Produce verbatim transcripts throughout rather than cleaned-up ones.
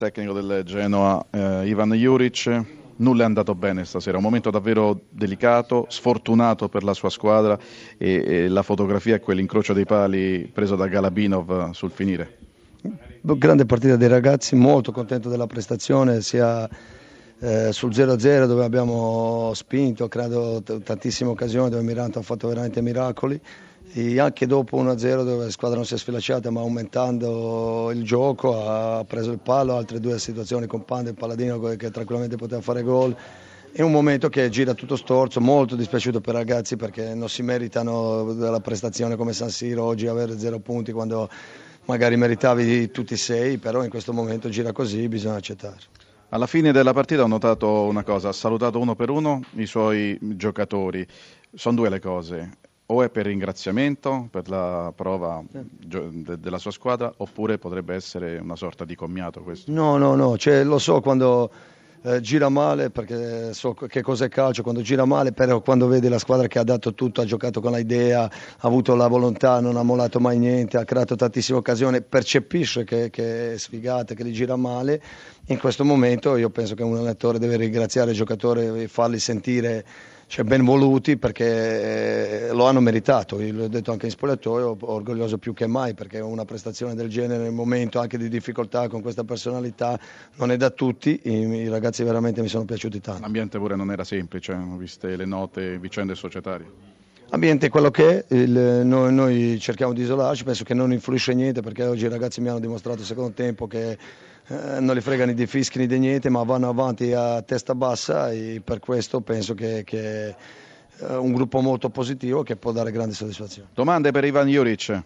Tecnico del Genoa, eh, Ivan Juric, nulla è andato bene stasera, un momento davvero delicato, sfortunato per la sua squadra e, e la fotografia è quell'incrocio dei pali preso da Galabinov sul finire. Grande partita dei ragazzi, molto contento della prestazione, sia eh, sul zero a zero dove abbiamo spinto, credo t- tantissime occasioni dove Mirante ha fatto veramente miracoli. E anche dopo uno a zero dove la squadra non si è sfilacciata ma aumentando il gioco ha preso il palo, altre due situazioni con Panda e Paladino che tranquillamente poteva fare gol. È un momento che gira tutto storzo, molto dispiaciuto per i ragazzi perché non si meritano della prestazione come San Siro oggi avere zero punti quando magari meritavi tutti sei, però in questo momento gira così, bisogna accettare. Alla fine della partita ho notato una cosa, ha salutato uno per uno i suoi giocatori, sono due le cose. O è per ringraziamento, per la prova de- della sua squadra, oppure potrebbe essere una sorta di commiato questo? No, no, no, cioè, lo so quando eh, gira male, perché so che cos'è calcio, quando gira male, però quando vedi la squadra che ha dato tutto, ha giocato con l'idea, ha avuto la volontà, non ha mollato mai niente, ha creato tantissime occasioni, percepisce che, che è sfigata, che gli gira male. In questo momento io penso che un allenatore deve ringraziare i giocatori e farli sentire cioè, ben voluti perché lo hanno meritato, io l'ho detto anche in spogliatoio, orgoglioso più che mai perché una prestazione del genere nel momento anche di difficoltà con questa personalità non è da tutti, i, i ragazzi veramente mi sono piaciuti tanto. L'ambiente pure non era semplice, ho viste le note, vicende societarie. L'ambiente è quello che è, il, noi, noi cerchiamo di isolarci, penso che non influisce niente perché oggi i ragazzi mi hanno dimostrato il secondo tempo che eh, non li fregano di fischi né di niente ma vanno avanti a testa bassa e per questo penso che, che è un gruppo molto positivo che può dare grandi soddisfazioni. Domande per Ivan Juric?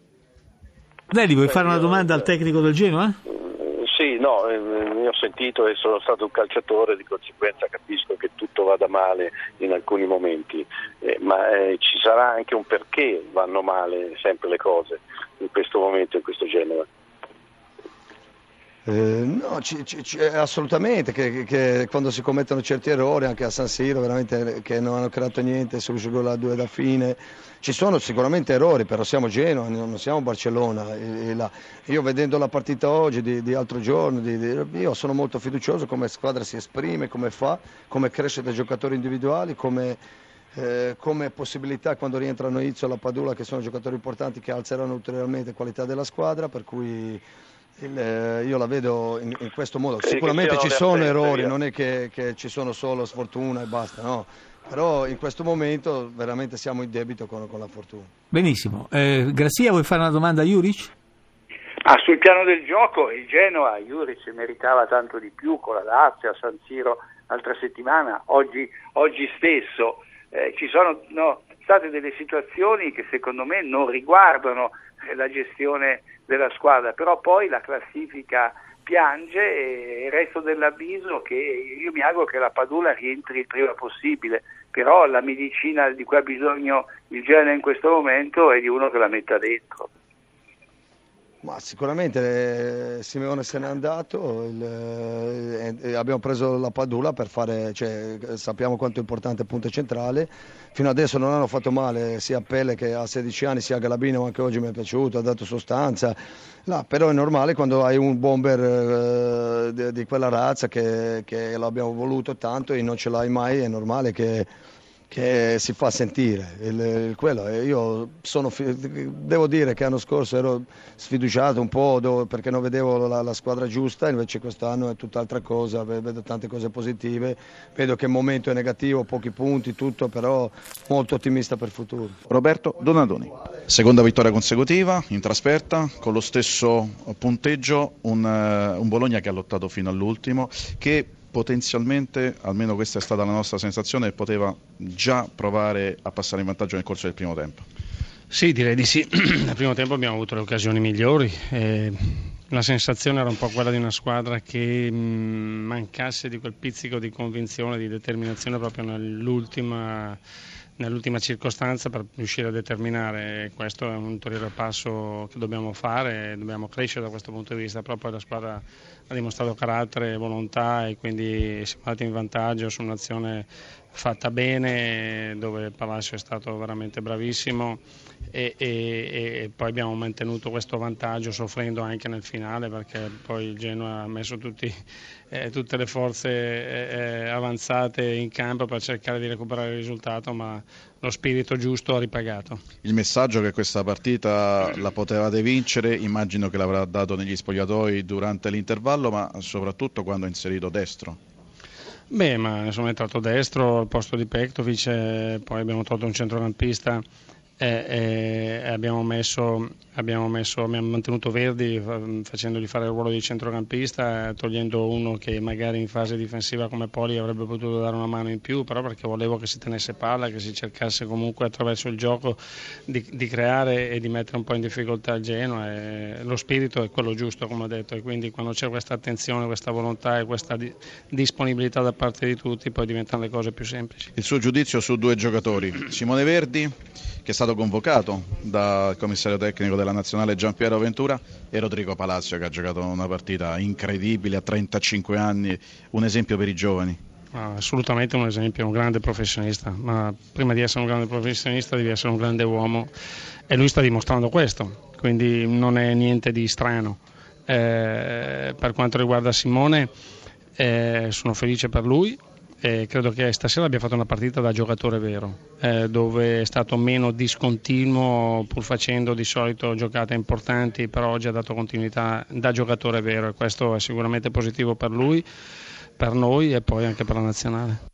Lei vuoi fare una domanda al tecnico del Genoa? Sì, no, eh, mi ho sentito e sono stato un calciatore, di conseguenza capisco che tutto vada male in alcuni momenti, eh, ma eh, ci sarà anche un perché vanno male sempre le cose in questo momento, in questo Genoa. Eh, no, c- c- c- assolutamente, che, che, che quando si commettono certi errori, anche a San Siro, veramente che non hanno creato niente, sul gol a due da fine, ci sono sicuramente errori, però siamo Genoa, non siamo Barcellona. E, e la, io vedendo la partita oggi, di, di altro giorno, di, di, io sono molto fiducioso come squadra si esprime, come fa, come cresce dai giocatori individuali, come... Eh, come possibilità quando rientrano Izzo e la Padula che sono giocatori importanti che alzeranno ulteriormente la qualità della squadra, per cui il, eh, io la vedo in, in questo modo. Credi sicuramente ci sono attente, errori, via. non è che, che ci sono solo sfortuna e basta, no, però in questo momento veramente siamo in debito con, con la fortuna. Benissimo, eh, Grazia vuoi fare una domanda a Juric? Ah, sul piano del gioco il Genoa, Juric meritava tanto di più con la Lazio, a San Siro l'altra settimana, oggi, oggi stesso. Eh, ci sono no, state delle situazioni che secondo me non riguardano eh, la gestione della squadra, però poi la classifica piange e il resto dell'avviso che io mi auguro che la Padula rientri il prima possibile, però la medicina di cui ha bisogno il Genoa in questo momento è di uno che la metta dentro. Ma sicuramente eh, Simeone se n'è andato, il, eh, abbiamo preso la Padula per fare, cioè, sappiamo quanto è importante il punto centrale, fino adesso non hanno fatto male sia Pelle che a sedici anni, sia Galabino, anche oggi mi è piaciuto, ha dato sostanza, no, però è normale quando hai un bomber eh, di, di quella razza che, che l'abbiamo voluto tanto e non ce l'hai mai, è normale che... che si fa sentire il, il, quello. Io sono, devo dire che l'anno scorso ero sfiduciato un po' dove, perché non vedevo la, la squadra giusta, invece quest'anno è tutt'altra cosa, vedo tante cose positive, vedo che il momento è negativo, pochi punti, tutto, però molto ottimista per il futuro. Roberto Donadoni. Seconda vittoria consecutiva in trasferta con lo stesso punteggio, un, un Bologna che ha lottato fino all'ultimo, che potenzialmente, almeno questa è stata la nostra sensazione, poteva già provare a passare in vantaggio nel corso del primo tempo. Sì, direi di sì. Nel primo tempo abbiamo avuto le occasioni migliori e la sensazione era un po' quella di una squadra che mh, mancasse di quel pizzico di convinzione, di determinazione proprio nell'ultima nell'ultima circostanza per riuscire a determinare. Questo è un ulteriore passo che dobbiamo fare, dobbiamo crescere da questo punto di vista, però poi la squadra ha dimostrato carattere e volontà e quindi siamo andati in vantaggio su un'azione fatta bene dove Palacio è stato veramente bravissimo e, e, e poi abbiamo mantenuto questo vantaggio soffrendo anche nel finale, perché poi il Genoa ha messo tutti, eh, tutte le forze eh, avanzate in campo per cercare di recuperare il risultato, ma lo spirito giusto ha ripagato. Il messaggio che questa partita la potevate vincere, immagino che l'avrà dato negli spogliatoi durante l'intervallo, ma soprattutto quando ha inserito Destro. Beh, ma sono entrato destro al posto di Pektovic, eh, poi abbiamo tolto un centrocampista e, e abbiamo, messo, abbiamo, messo, abbiamo mantenuto Verdi facendogli fare il ruolo di centrocampista, togliendo uno che magari in fase difensiva come Poli avrebbe potuto dare una mano in più, però perché volevo che si tenesse palla, che si cercasse comunque attraverso il gioco di, di creare e di mettere un po' in difficoltà il Genoa. E lo spirito è quello giusto, come ho detto, e quindi quando c'è questa attenzione, questa volontà e questa di, disponibilità da parte di tutti, poi diventano le cose più semplici. Il suo giudizio su due giocatori, Simone Verdi, che è stato convocato dal commissario tecnico della nazionale Giampiero Ventura, e Rodrigo Palacio, che ha giocato una partita incredibile a trentacinque anni, un esempio per i giovani. Ah, assolutamente un esempio, un grande professionista, ma prima di essere un grande professionista devi essere un grande uomo, e lui sta dimostrando questo, quindi non è niente di strano. Eh, per quanto riguarda Simone, eh, sono felice per lui. Eh, credo che stasera abbia fatto una partita da giocatore vero, eh, dove è stato meno discontinuo, pur facendo di solito giocate importanti, però oggi ha dato continuità da giocatore vero, e questo è sicuramente positivo per lui, per noi e poi anche per la nazionale.